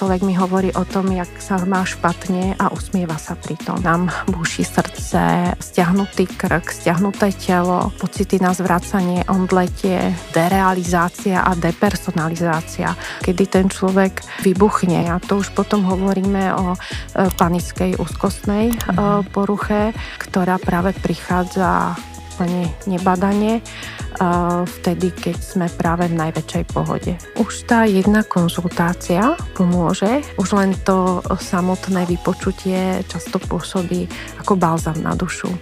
človek mi hovorí o tom, jak sa má špatne a usmieva sa pritom. Nám búši srdce, stiahnutý krk, stiahnuté telo, pocity na zvracanie, omdletie, derealizácia a depersonalizácia, kedy ten človek vybuchne. A to už potom hovoríme o panickej úzkostnej poruche, ktorá práve prichádza úplne nebadane vtedy, keď sme práve v najväčšej pohode. Už tá jedna konzultácia pomôže, už len to samotné vypočutie často pôsobí ako balzam na dušu.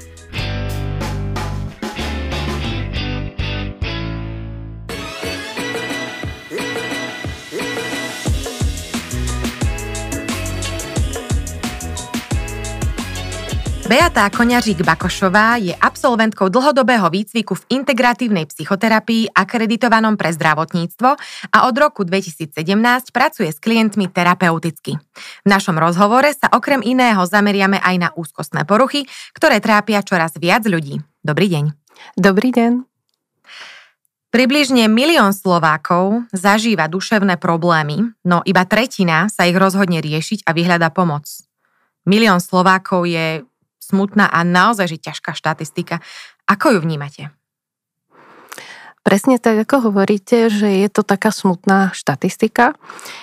Beatá Koňařík-Bakošová je absolventkou dlhodobého výcviku v integratívnej psychoterapii akreditovanom pre zdravotníctvo a od roku 2017 pracuje s klientmi terapeuticky. V našom rozhovore sa okrem iného zameriame aj na úzkostné poruchy, ktoré trápia čoraz viac ľudí. Dobrý deň. Dobrý deň. Približne 1 milión Slovákov zažíva duševné problémy, no iba tretina sa ich rozhodne riešiť a vyhľadá pomoc. 1 milión Slovákov je smutná a naozaj že ťažká štatistika. Ako ju vnímate? Presne tak, ako hovoríte, že je to taká smutná štatistika,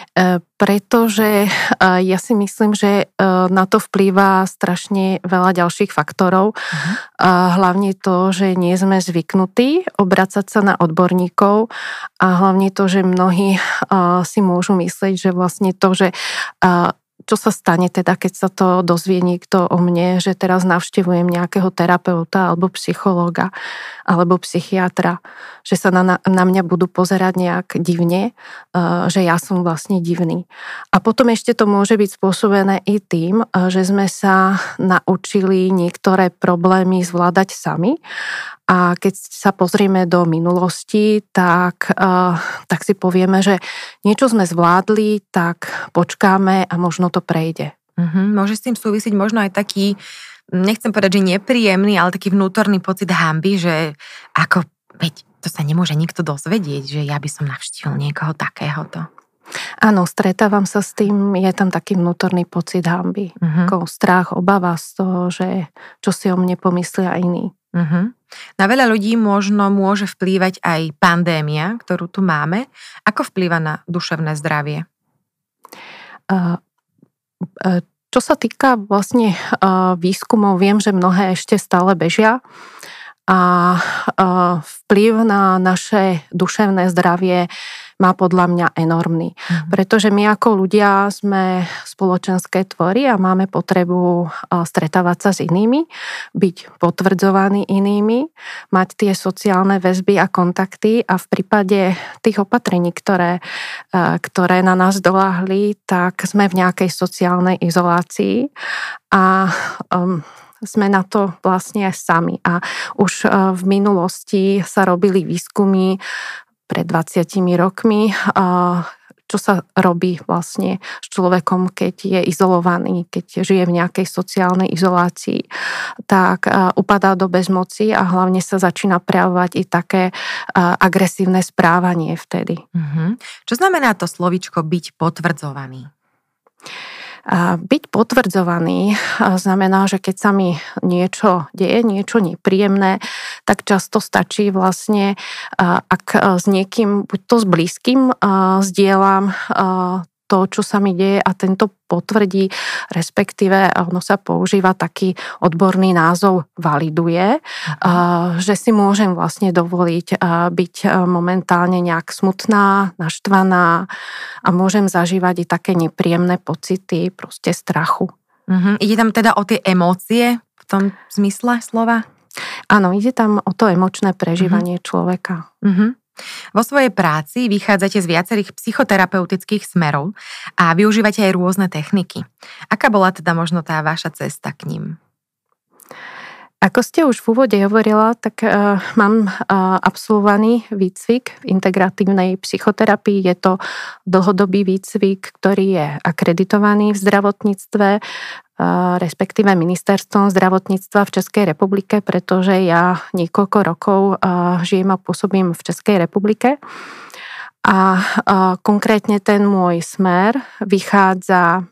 pretože ja si myslím, že na to vplýva strašne veľa ďalších faktorov. Hlavne to, že nie sme zvyknutí obracať sa na odborníkov a hlavne to, že mnohí si môžu myslieť, že vlastne to, že čo sa stane teda, keď sa to dozvie niekto o mne, že teraz navštevujem nejakého terapeuta alebo psychológa alebo psychiatra, že sa na mňa budú pozerať nejak divne, že ja som vlastne divný. A potom ešte to môže byť spôsobené i tým, že sme sa naučili niektoré problémy zvládať sami. A keď sa pozrieme do minulosti, tak si povieme, že niečo sme zvládli, tak počkáme a možno to prejde. Môže s tým súvisiť možno aj taký, nechcem povedať, že nepríjemný, ale taký vnútorný pocit hanby, že ako, veď to sa nemôže nikto dozvedieť, že ja by som navštívil niekoho takéhoto. Áno, stretávam sa s tým, je tam taký vnútorný pocit hanby. Ako strach, obava z toho, že čo si o mne pomyslia iní. Na veľa ľudí možno môže vplývať aj pandémia, ktorú tu máme. Ako vplýva na duševné zdravie? Čo sa týka vlastne výskumov, viem, že mnohé ešte stále bežia a vplyv na naše duševné zdravie má podľa mňa enormný. Pretože my ako ľudia sme spoločenské tvory a máme potrebu stretávať sa s inými, byť potvrdzovaní inými, mať tie sociálne väzby a kontakty a v prípade tých opatrení, ktoré na nás doľahli, tak sme v nejakej sociálnej izolácii a sme na to vlastne sami. A už v minulosti sa robili výskumy pred 20 rokmi, čo sa robí vlastne s človekom, keď je izolovaný, keď žije v nejakej sociálnej izolácii, tak upadá do bezmoci a hlavne sa začína prejavovať i také agresívne správanie vtedy. Čo znamená to slovíčko byť potvrdzovaný? Byť potvrdzovaný znamená, že keď sa mi niečo deje, niečo nepríjemné, tak často stačí vlastne, ak s niekým, buď to s blízkym, zdieľam to, čo sa mi deje a tento potvrdí, respektíve ono sa používa taký odborný názov validuje, že si môžem vlastne dovoliť byť momentálne nejak smutná, naštvaná a môžem zažívať i také nepríjemné pocity, proste strachu. Ide tam teda o tie emócie v tom zmysle slova? Áno, ide tam o to emočné prežívanie človeka. Vo svojej práci vychádzate z viacerých psychoterapeutických smerov a využívate aj rôzne techniky. Aká bola teda možno tá vaša cesta k ním? Ako ste už v úvode hovorila, tak mám absolvovaný výcvik v integratívnej psychoterapii. Je to dlhodobý výcvik, ktorý je akreditovaný v zdravotníctve, respektíve ministerstvom zdravotníctva v Českej republike, pretože ja niekoľko rokov žijem a pôsobím v Českej republike. A konkrétne ten môj smer vychádza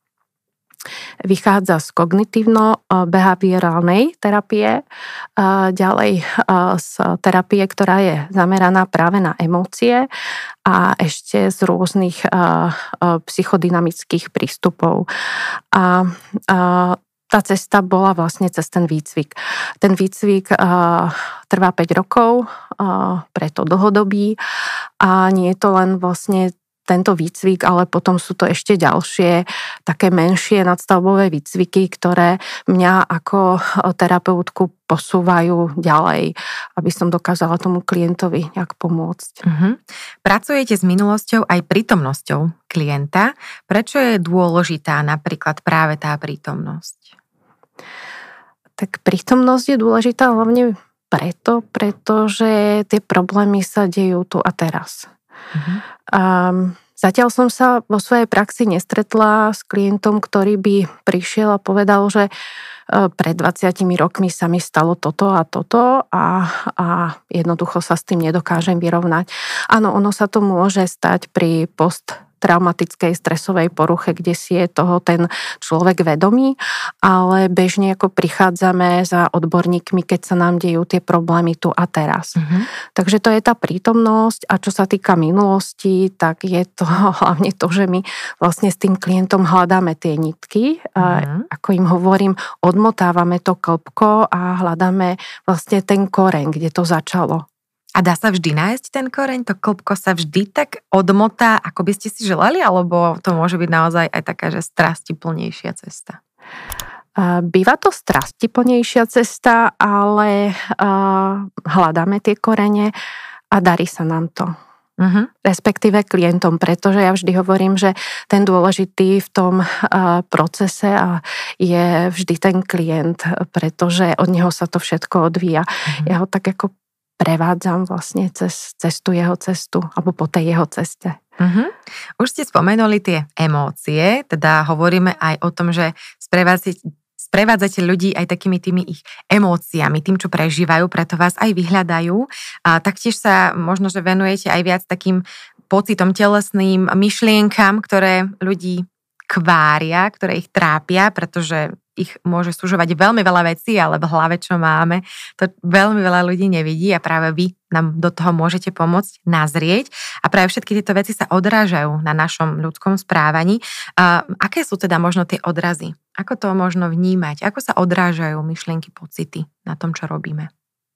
z kognitívno-behaviorálnej terapie, ďalej z terapie, ktorá je zameraná práve na emócie a ešte z rôznych psychodynamických prístupov. A tá cesta bola vlastne cez ten výcvik. Ten výcvik trvá 5 rokov, preto dlhodobý a nie je to len vlastne tento výcvik, ale potom sú to ešte ďalšie také menšie nadstavbové výcviky, ktoré mňa ako terapeutku posúvajú ďalej, aby som dokázala tomu klientovi nejak pomôcť. Pracujete s minulosťou aj prítomnosťou klienta. Prečo je dôležitá napríklad práve tá prítomnosť? Tak prítomnosť je dôležitá hlavne pretože tie problémy sa dejú tu a teraz. Zatiaľ som sa vo svojej praxi nestretla s klientom, ktorý by prišiel a povedal, že pred 20 rokmi sa mi stalo toto a toto a jednoducho sa s tým nedokážem vyrovnať. Áno, ono sa to môže stať pri posttraumatickej stresovej poruche, kde si je toho ten človek vedomý, ale bežne ako prichádzame za odborníkmi, keď sa nám dejú tie problémy tu a teraz. Takže to je tá prítomnosť a čo sa týka minulosti, tak je to hlavne to, že my vlastne s tým klientom hľadáme tie nitky, ako im hovorím, odmotávame to klbko a hľadáme vlastne ten koreň, kde to začalo. A dá sa vždy nájsť ten koreň? To klbko sa vždy tak odmotá, ako by ste si želali? Alebo to môže byť naozaj aj taká, že strastiplnejšia cesta? Býva to strastiplnejšia cesta, ale hľadáme tie korene a darí sa nám to. Respektíve klientom, pretože ja vždy hovorím, že ten dôležitý v tom procese je vždy ten klient, pretože od neho sa to všetko odvíja. Ja ho tak ako prevádzam vlastne cez tú jeho cestu alebo po tej jeho ceste. Už ste spomenuli tie emócie, teda hovoríme aj o tom, že sprevádzate ľudí aj takými tými ich emóciami, tým, čo prežívajú, preto vás aj vyhľadajú. A taktiež sa možno, že venujete aj viac takým pocitom telesným, myšlienkam, ktoré ľudí kvária, ktoré ich trápia, pretože ich môže súžovať veľmi veľa vecí, ale v hlave, čo máme, to veľmi veľa ľudí nevidí a práve vy nám do toho môžete pomôcť nazrieť a práve všetky tieto veci sa odrážajú na našom ľudskom správaní. Aké sú teda možno tie odrazy? Ako to možno vnímať? Ako sa odrážajú myšlienky, pocity na tom, čo robíme?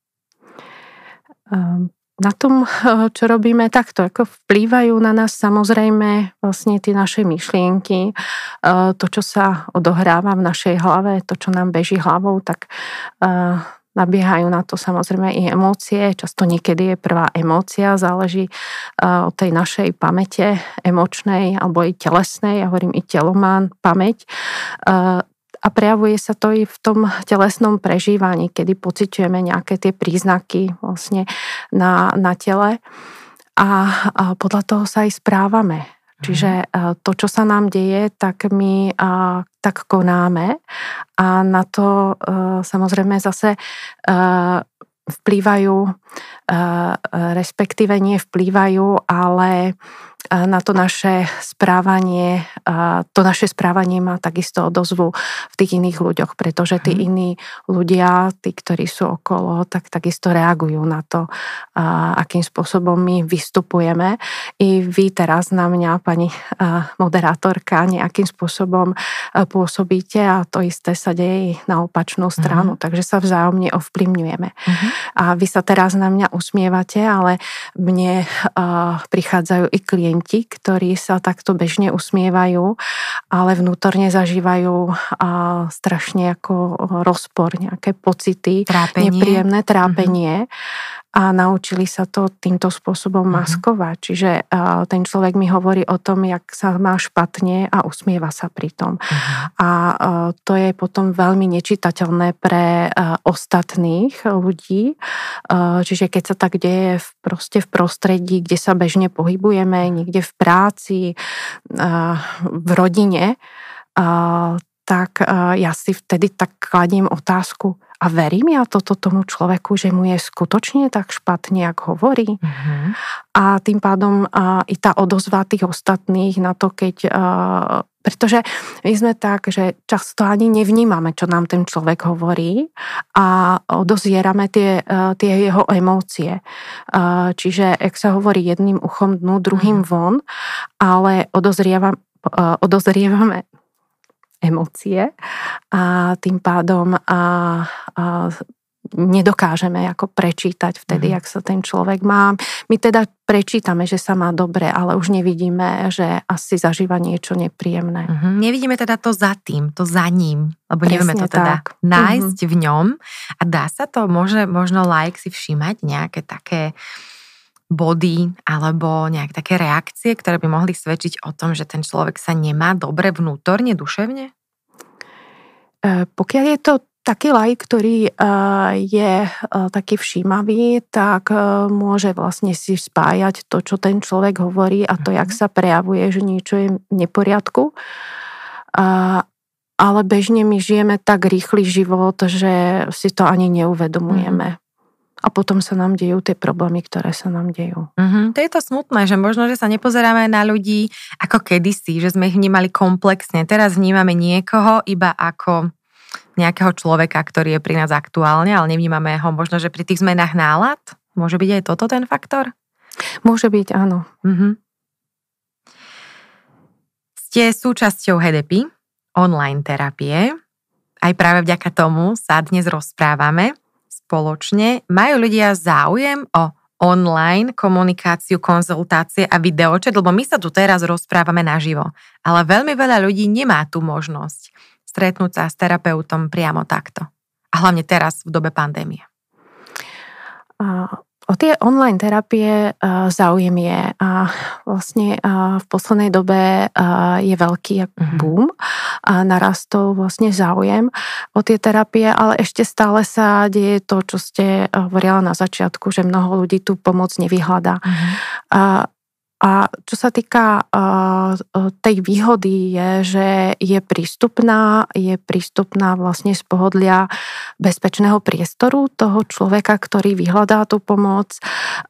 Na tom, čo robíme takto, ako vplývajú na nás samozrejme vlastne tie naše myšlienky, to, čo sa odohráva v našej hlave, to, čo nám beží hlavou, tak nabiehajú na to samozrejme i emócie. Často niekedy je prvá emócia, záleží od tej našej pamäte emočnej alebo i telesnej, ja hovorím i telo má pamäť. A prejavuje sa to i v tom telesnom prežívaní, kedy pociťujeme nejaké tie príznaky vlastne na tele a podľa toho sa aj správame. Čiže to, čo sa nám deje, tak my tak konáme a na to samozrejme zase vplývajú, respektíve nie vplývajú, ale na to naše správanie, má takisto odozvu v tých iných ľuďoch, pretože tí iní ľudia, tí, ktorí sú okolo, tak takisto reagujú na to, akým spôsobom my vystupujeme. I vy teraz na mňa, pani moderátorka, nejakým spôsobom pôsobíte a to isté sa deje na opačnú stranu, takže sa vzájomne ovplyvňujeme. A vy sa teraz na mňa usmievate, ale mne prichádzajú i klienti, ktorí sa takto bežne usmievajú, ale vnútorne zažívajú strašne ako rozpor, nejaké pocity, nepríjemné trápenie a naučili sa to týmto spôsobom maskovať. Čiže ten človek mi hovorí o tom, jak sa má špatne a usmieva sa pri tom. A to je potom veľmi nečitateľné pre ostatných ľudí. Čiže keď sa tak deje proste v prostredí, kde sa bežne pohybujeme, niekde v práci, v rodine, tak ja si vtedy tak kladiem otázku, a verím ja toto tomu človeku, že mu je skutočne tak špatne, ako hovorí. A tým pádom i tá odozva tých ostatných na to, keď... Pretože my sme tak, že často ani nevnímame, čo nám ten človek hovorí a odozierame tie jeho emócie. Čiže, jak sa hovorí, jedným uchom dnu, druhým von, ale odozrievame emócie a tým pádom nedokážeme ako prečítať vtedy, jak sa ten človek má. My teda prečítame, že sa má dobre, ale už nevidíme, že asi zažíva niečo nepríjemné. Nevidíme teda to za tým, to za ním, lebo Presne nevieme to teda tak. nájsť v ňom. A dá sa to, možno laik si všímať nejaké také body alebo nejaké také reakcie, ktoré by mohli svedčiť o tom, že ten človek sa nemá dobre vnútorne, duševne? Pokiaľ je to taký laik, ktorý je taký všímavý, tak môže vlastne si spájať to, čo ten človek hovorí a to, jak sa prejavuje, že niečo je v neporiadku. Ale bežne my žijeme tak rýchly život, že si to ani neuvedomujeme. A potom sa nám dejú tie problémy, ktoré sa nám dejú. To je to smutné, že možno, že sa nepozeráme na ľudí ako kedysi, že sme ich vnímali komplexne. Teraz vnímame niekoho iba ako nejakého človeka, ktorý je pri nás aktuálne, ale nevnímame ho možno, že pri tých zmenách nálad? Môže byť aj toto ten faktor? Môže byť, áno. Ste súčasťou HDP, online terapie. Aj práve vďaka tomu sa dnes rozprávame spoločne. Majú ľudia záujem o online komunikáciu, konzultácie a videočet, lebo my sa tu teraz rozprávame naživo. Ale veľmi veľa ľudí nemá tú možnosť stretnúť sa s terapeutom priamo takto. A hlavne teraz v dobe pandémie. O tie online terapie záujem je a vlastne v poslednej dobe je veľký boom a narastol vlastne záujem o tie terapie, ale ešte stále sa deje to, čo ste hovorila na začiatku, že mnoho ľudí tú pomoc nevyhľadá. A čo sa týka tej výhody je, že je prístupná vlastne z pohodlia bezpečného priestoru toho človeka, ktorý vyhľadá tú pomoc.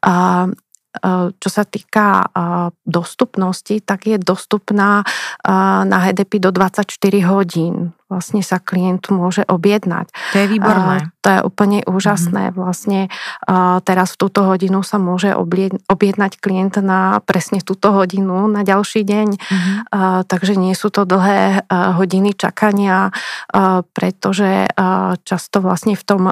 Čo sa týka dostupnosti, tak je dostupná na HDP do 24 hodín. Vlastne sa klient môže objednať. To je výborné. To je úplne úžasné. Vlastne teraz v túto hodinu sa môže objednať klient na presne túto hodinu na ďalší deň. Takže nie sú to dlhé hodiny čakania, pretože často vlastne v tom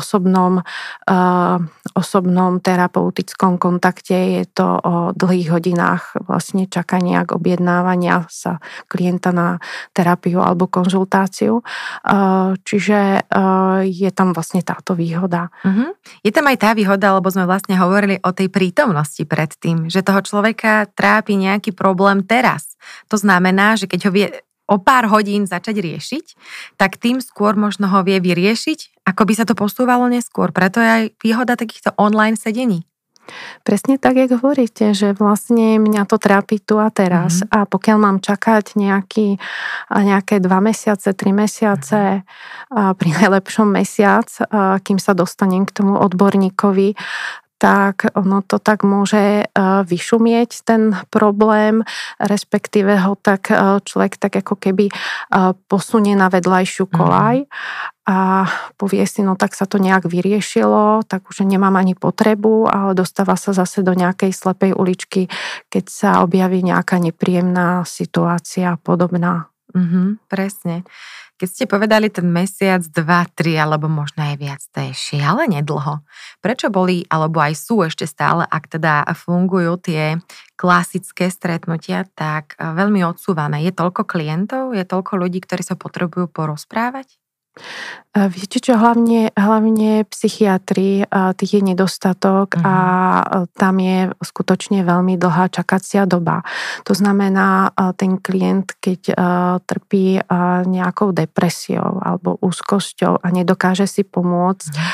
osobnom terapeutickom kontakte je to o dlhých hodinách vlastne čakania k objednávania sa klienta na terapiu alebo konzultáciu. Čiže je tam vlastne táto výhoda. Je tam aj tá výhoda, lebo sme vlastne hovorili o tej prítomnosti predtým, že toho človeka trápi nejaký problém teraz. To znamená, že keď ho vie o pár hodín začať riešiť, tak tým skôr možno ho vie vyriešiť, ako by sa to posúvalo neskôr. Preto je aj výhoda takýchto online sedení. Presne tak, jak hovoríte, že vlastne mňa to trápi tu a teraz. A pokiaľ mám čakať nejaké 2 mesiace, 3 mesiace, pri najlepšom mesiac, kým sa dostanem k tomu odborníkovi, tak ono to tak môže vyšumieť ten problém, respektíve ho tak človek tak ako keby posunie na vedľajšiu koľaj a povie si, no tak sa to nejak vyriešilo, tak už nemám ani potrebu, ale dostáva sa zase do nejakej slepej uličky, keď sa objaví nejaká nepríjemná situácia podobná. Presne. Keď ste povedali ten mesiac, 2, 3 alebo možno aj viac, to je šialene dlho. Prečo boli, alebo aj sú ešte stále, ak teda fungujú tie klasické stretnutia, tak veľmi odsúvané? Je toľko klientov, je toľko ľudí, ktorí sa potrebujú porozprávať? Viete čo, hlavne psychiatri, tých je nedostatok a tam je skutočne veľmi dlhá čakacia doba. To znamená, ten klient, keď trpí nejakou depresiou alebo úzkosťou a nedokáže si pomôcť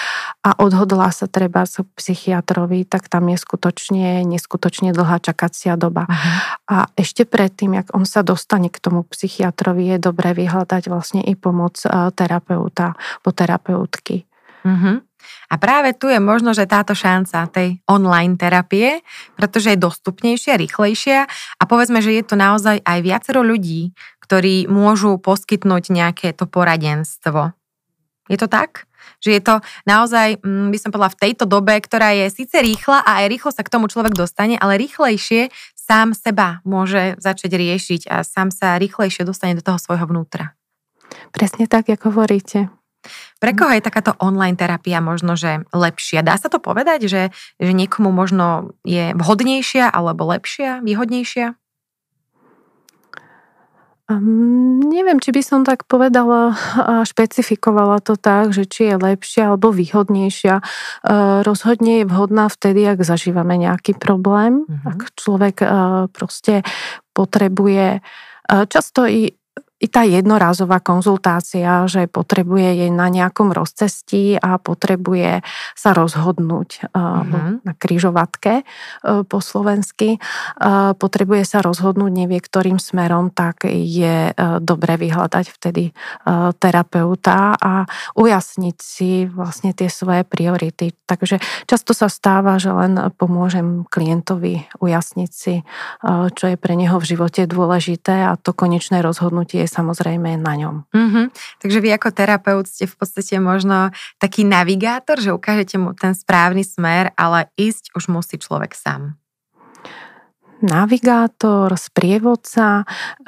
a odhodlá sa treba k psychiatrovi, tak tam je neskutočne dlhá čakacia doba. A ešte predtým, jak on sa dostane k tomu psychiatrovi, je dobré vyhľadať vlastne i pomoc terapeuta po terapeutky. A práve tu je možno, že táto šanca tej online terapie, pretože je dostupnejšia, rýchlejšia a povedzme, že je to naozaj aj viacero ľudí, ktorí môžu poskytnúť nejaké to poradenstvo. Je to tak? Že je to naozaj, by som povedala, v tejto dobe, ktorá je síce rýchla a aj rýchlo sa k tomu človek dostane, ale rýchlejšie sám seba môže začať riešiť a sám sa rýchlejšie dostane do toho svojho vnútra. Presne tak, ako hovoríte. Pre koho je takáto online terapia možno, že lepšia? Dá sa to povedať, že niekomu možno je vhodnejšia alebo lepšia, výhodnejšia? Neviem, či by som tak povedala, špecifikovala to tak, že či je lepšia alebo výhodnejšia. Rozhodne je vhodná vtedy, ak zažívame nejaký problém, ak človek proste potrebuje často i tá jednorázová konzultácia, že potrebuje jej na nejakom rozcestí a potrebuje sa rozhodnúť na križovatke po slovensky, potrebuje sa rozhodnúť nevie ktorým smerom, tak je dobre vyhľadať vtedy terapeuta a ujasniť si vlastne tie svoje priority. Takže často sa stáva, že len pomôžem klientovi ujasniť si, čo je pre neho v živote dôležité a to konečné rozhodnutie samozrejme na ňom. Takže vy ako terapeut ste v podstate možno taký navigátor, že ukážete mu ten správny smer, ale ísť už musí človek sám. Navigátor, sprievodca.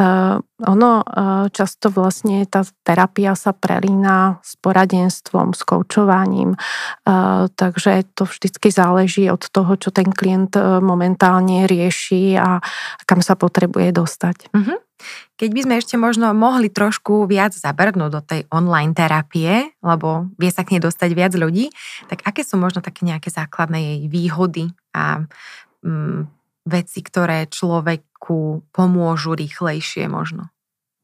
Často vlastne tá terapia sa prelína s poradenstvom, s koučovaním, takže to vždycky záleží od toho, čo ten klient momentálne rieši a kam sa potrebuje dostať. Keď by sme ešte možno mohli trošku viac zabrnúť do tej online terapie, lebo vie sa k nej dostať viac ľudí, tak aké sú možno také nejaké základné jej výhody a veci, ktoré človeku pomôžu rýchlejšie možno?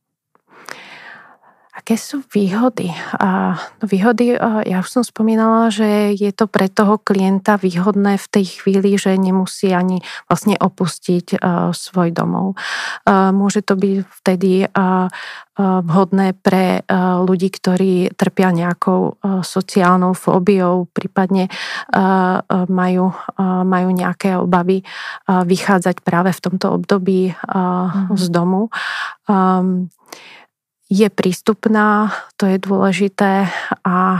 Aké sú výhody? Výhody, ja už som spomínala, že je to pre toho klienta výhodné v tej chvíli, že nemusí ani vlastne opustiť svoj domov. Môže to byť vtedy vhodné pre ľudí, ktorí trpia nejakou sociálnou fóbiou, prípadne majú nejaké obavy vychádzať práve v tomto období z domu. Je prístupná, to je dôležité a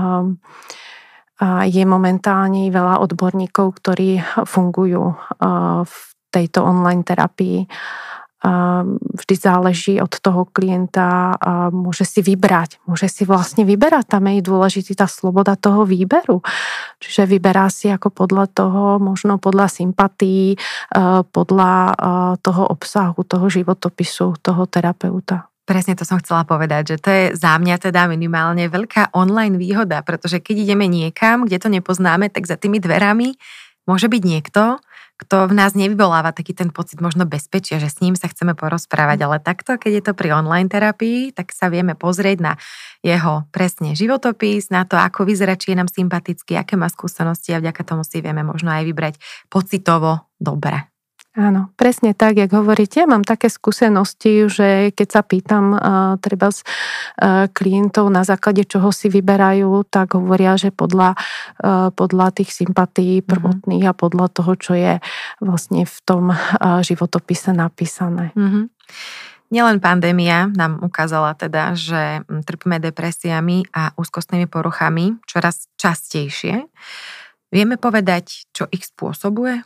je momentálne veľa odborníkov, ktorí fungujú v tejto online terapii. Vždy záleží od toho klienta a môže si vlastne vyberať. Tam je dôležitý tá sloboda toho výberu. Čiže vyberá si ako podľa toho, možno podľa sympatií, podľa toho obsahu, toho životopisu, toho terapeuta. Presne to som chcela povedať, že to je za mňa teda minimálne veľká online výhoda, pretože keď ideme niekam, kde to nepoznáme, tak za tými dverami môže byť niekto, kto v nás nevyvoláva taký ten pocit možno bezpečia, že s ním sa chceme porozprávať, ale takto, keď je to pri online terapii, tak sa vieme pozrieť na jeho presne životopis, na to, ako vyzerá, či je nám sympatický, aké má skúsenosti a vďaka tomu si vieme možno aj vybrať pocitovo dobre. Áno, presne tak, jak hovoríte. Mám také skúsenosti, že keď sa pýtam treba z klientov, na základe čoho si vyberajú, tak hovoria, že podľa tých sympatí prvotných a podľa toho, čo je vlastne v tom životopise napísané. Nielen pandémia nám ukázala teda, že trpíme depresiami a úzkostnými poruchami čoraz častejšie. Vieme povedať, čo ich spôsobuje?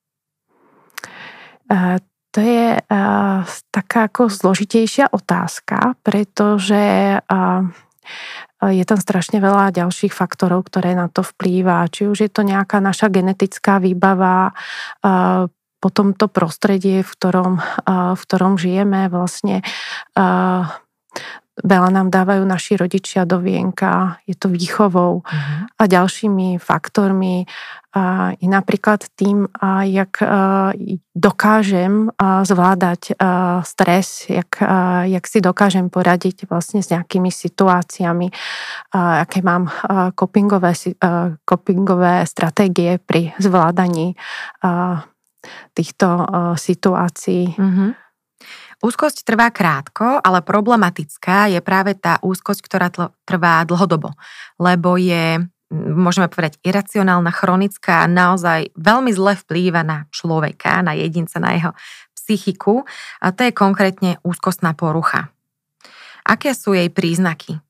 To je taká ako zložitejšia otázka, pretože je tam strašne veľa ďalších faktorov, ktoré na to vplýva. Či už je to nejaká naša genetická výbava, potom to prostredie, v ktorom žijeme vlastne. veľa nám dávajú naši rodičia do vienka, je to výchovou a ďalšími faktormi. I napríklad tým, jak dokážem zvládať stres, jak si dokážem poradiť vlastne s nejakými situáciami, aké mám copingové stratégie pri zvládaní týchto situácií. Úzkosť trvá krátko, ale problematická je práve tá úzkosť, ktorá trvá dlhodobo, lebo je, môžeme povedať, iracionálna, chronická a naozaj veľmi zle vplýva na človeka, na jedinca, na jeho psychiku. A to je konkrétne úzkostná porucha. Aké sú jej príznaky?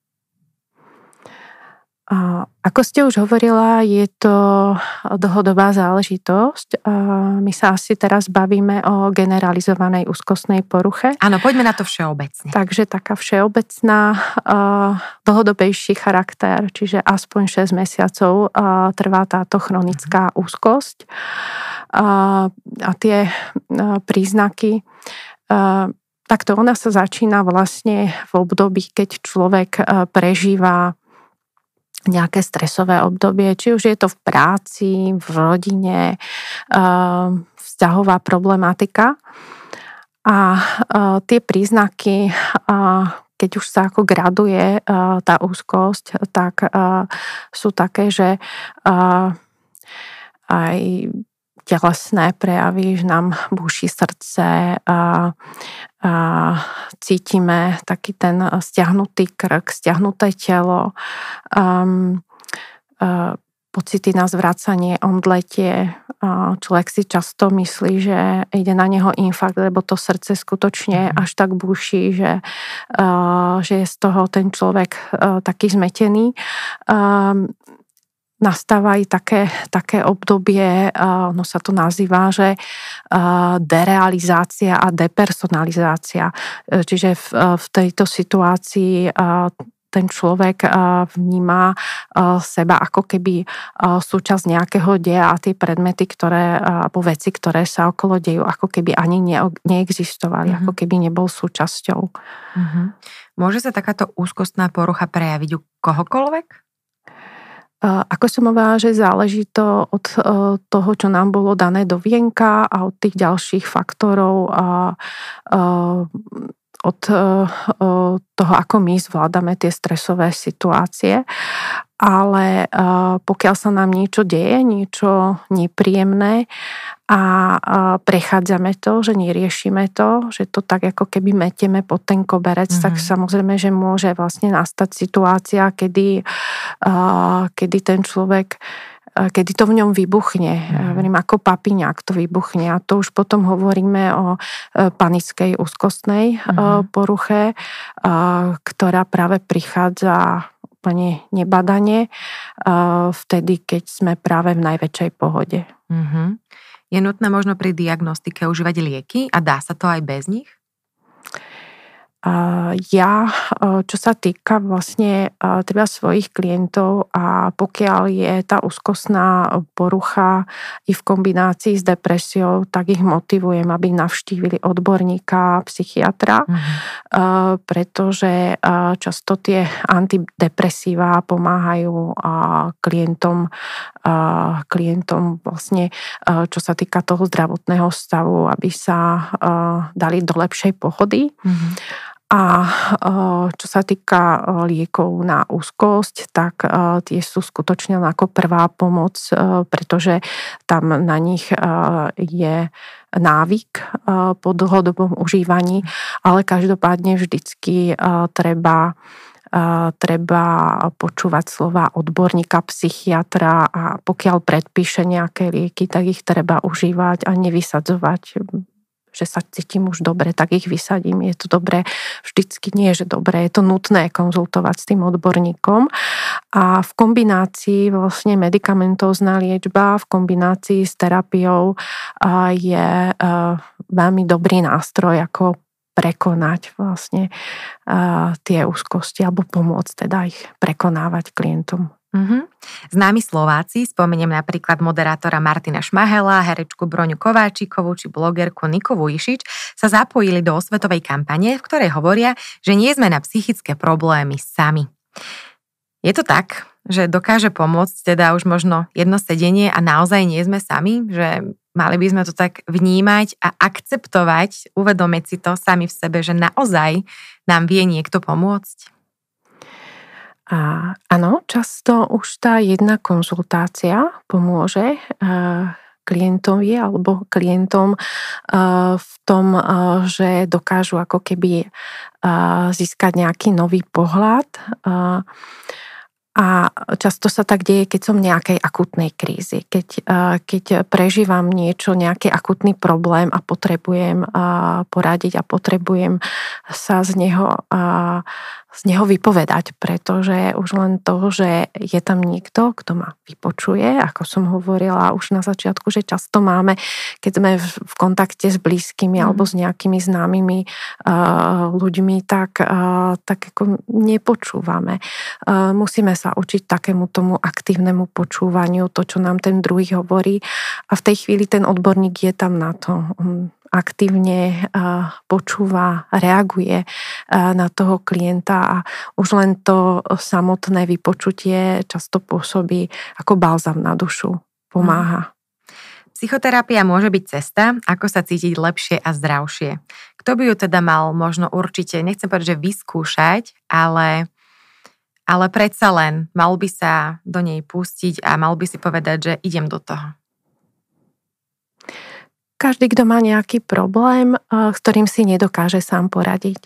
Ako ste už hovorila, je to dlhodobá záležitosť. My sa asi teraz bavíme o generalizovanej úzkostnej poruche. Áno, poďme na to všeobecne. Takže taká všeobecná, dlhodobejší charakter, čiže aspoň 6 mesiacov trvá táto chronická úzkosť. A tie príznaky, takto ona sa začína vlastne v období, keď človek prežíva nejaké stresové obdobie, či už je to v práci, v rodine, vzťahová problematika. A tie príznaky, keď už sa ako graduje tá úzkosť, tak sú také, že aj telesné prejavy, že nám búši srdce, cítime taký ten stiahnutý krk, stiahnuté telo, pocity na zvracanie, omdletie. Človek si často myslí, že ide na neho infarkt, lebo to srdce skutočne až tak búši, že je z toho ten človek taký zmetený. Nastáva aj také obdobie, no sa to nazýva, že derealizácia a depersonalizácia. Čiže v tejto situácii ten človek vníma seba ako keby súčasť nejakého deja a tie predmety, alebo veci, ktoré sa okolo dejú, ako keby ani neexistovali, ako keby nebol súčasťou. Môže sa takáto úzkostná porucha prejaviť u kohokoľvek? Ako som hovorila, že záleží to od toho, čo nám bolo dané do vienka a od tých ďalších faktorov a od toho, ako my zvládame tie stresové situácie. Ale pokiaľ sa nám niečo deje, niečo nepríjemné a prechádzame to, že neriešime to, že to tak ako keby metieme pod ten koberec, tak samozrejme, že môže vlastne nastať situácia, kedy ten človek, kedy to v ňom vybuchne. Hovorím, ako papiňák to vybuchne. A to už potom hovoríme o panickej úzkostnej poruche, ktorá práve prichádza úplne nebadane vtedy, keď sme práve v najväčšej pohode. Je nutné možno pri diagnostike užívať lieky a dá sa to aj bez nich? Čo sa týka vlastne teda svojich klientov a pokiaľ je tá úzkostná porucha i v kombinácii s depresiou, tak ich motivujem, aby navštívili odborníka, psychiatra, pretože často tie antidepresíva pomáhajú klientom vlastne, čo sa týka toho zdravotného stavu, aby sa dali do lepšej pohody. A čo sa týka liekov na úzkosť, tak tie sú skutočne ako prvá pomoc, pretože tam na nich je návyk po dlhodobom užívaní, ale každopádne vždycky treba počúvať slova odborníka, psychiatra a pokiaľ predpíše nejaké lieky, tak ich treba užívať a nevysadzovať, že sa cítim už dobre, tak ich vysadím. Je to dobré, vždycky nie je, že dobre, je to nutné konzultovať s tým odborníkom. A v kombinácii vlastne medikamentózna liečba, v kombinácii s terapiou je veľmi dobrý nástroj, ako prekonať vlastne tie úzkosti alebo pomôcť teda ich prekonávať klientom. Známi Slováci, spomeniem napríklad moderátora Martina Šmahela, herečku Broňu Kováčikovú či blogerku Niku Vujšič, sa zapojili do osvetovej kampane, v ktorej hovoria, že nie sme na psychické problémy sami. Je to tak, že dokáže pomôcť teda už možno jedno sedenie a naozaj nie sme sami, že mali by sme to tak vnímať a akceptovať, uvedomiť si to sami v sebe, že naozaj nám vie niekto pomôcť? Áno, často už tá jedna konzultácia pomôže klientovi alebo klientom v tom, že dokážu ako keby získať nejaký nový pohľad. A často sa tak deje, keď som v nejakej akútnej krízi. Keď prežívam niečo, nejaký akútny problém a potrebujem poradiť a potrebujem sa z neho vypovedať, pretože už len to, že je tam niekto, kto ma vypočuje, ako som hovorila už na začiatku, že často máme, keď sme v kontakte s blízkymi alebo s nejakými známymi ľuďmi, tak ako nepočúvame. Musíme sa učiť takému tomu aktívnemu počúvaniu, to, čo nám ten druhý hovorí, a v tej chvíli ten odborník je tam na to. Aktívne počúva, reaguje na toho klienta a už len to samotné vypočutie často pôsobí ako balzam na dušu, pomáha. Psychoterapia môže byť cesta, ako sa cítiť lepšie a zdravšie. Kto by ju teda mal možno určite, nechcem povedať, že vyskúšať, ale predsa len mal by sa do nej pustiť a mal by si povedať, že idem do toho. Každý, kto má nejaký problém, s ktorým si nedokáže sám poradiť.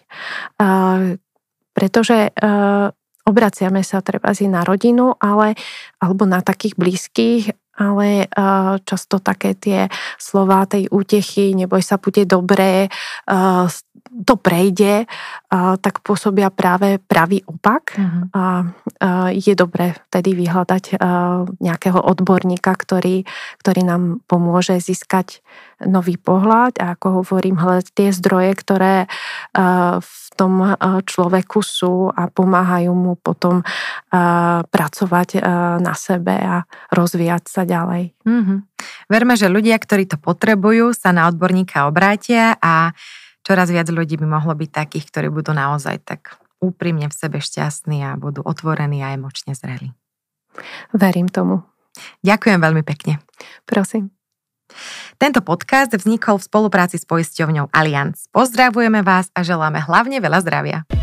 Pretože obraciame sa trebárs na rodinu, alebo na takých blízkych, ale často také tie slová tej útechy, neboj sa, bude dobré, to prejde, tak pôsobia práve pravý opak. A je dobré vtedy vyhľadať nejakého odborníka, ktorý nám pomôže získať nový pohľad a ako hovorím, hľadať tie zdroje, ktoré v tom človeku sú a pomáhajú mu potom pracovať na sebe a rozvíjať sa ďalej. Verme, že ľudia, ktorí to potrebujú, sa na odborníka obrátia a čoraz viac ľudí by mohlo byť takých, ktorí budú naozaj tak úprimne v sebe šťastní a budú otvorení a emočne zrelí. Verím tomu. Ďakujem veľmi pekne. Prosím. Tento podcast vznikol v spolupráci s poisťovňou Allianz. Pozdravujeme vás a želáme hlavne veľa zdravia.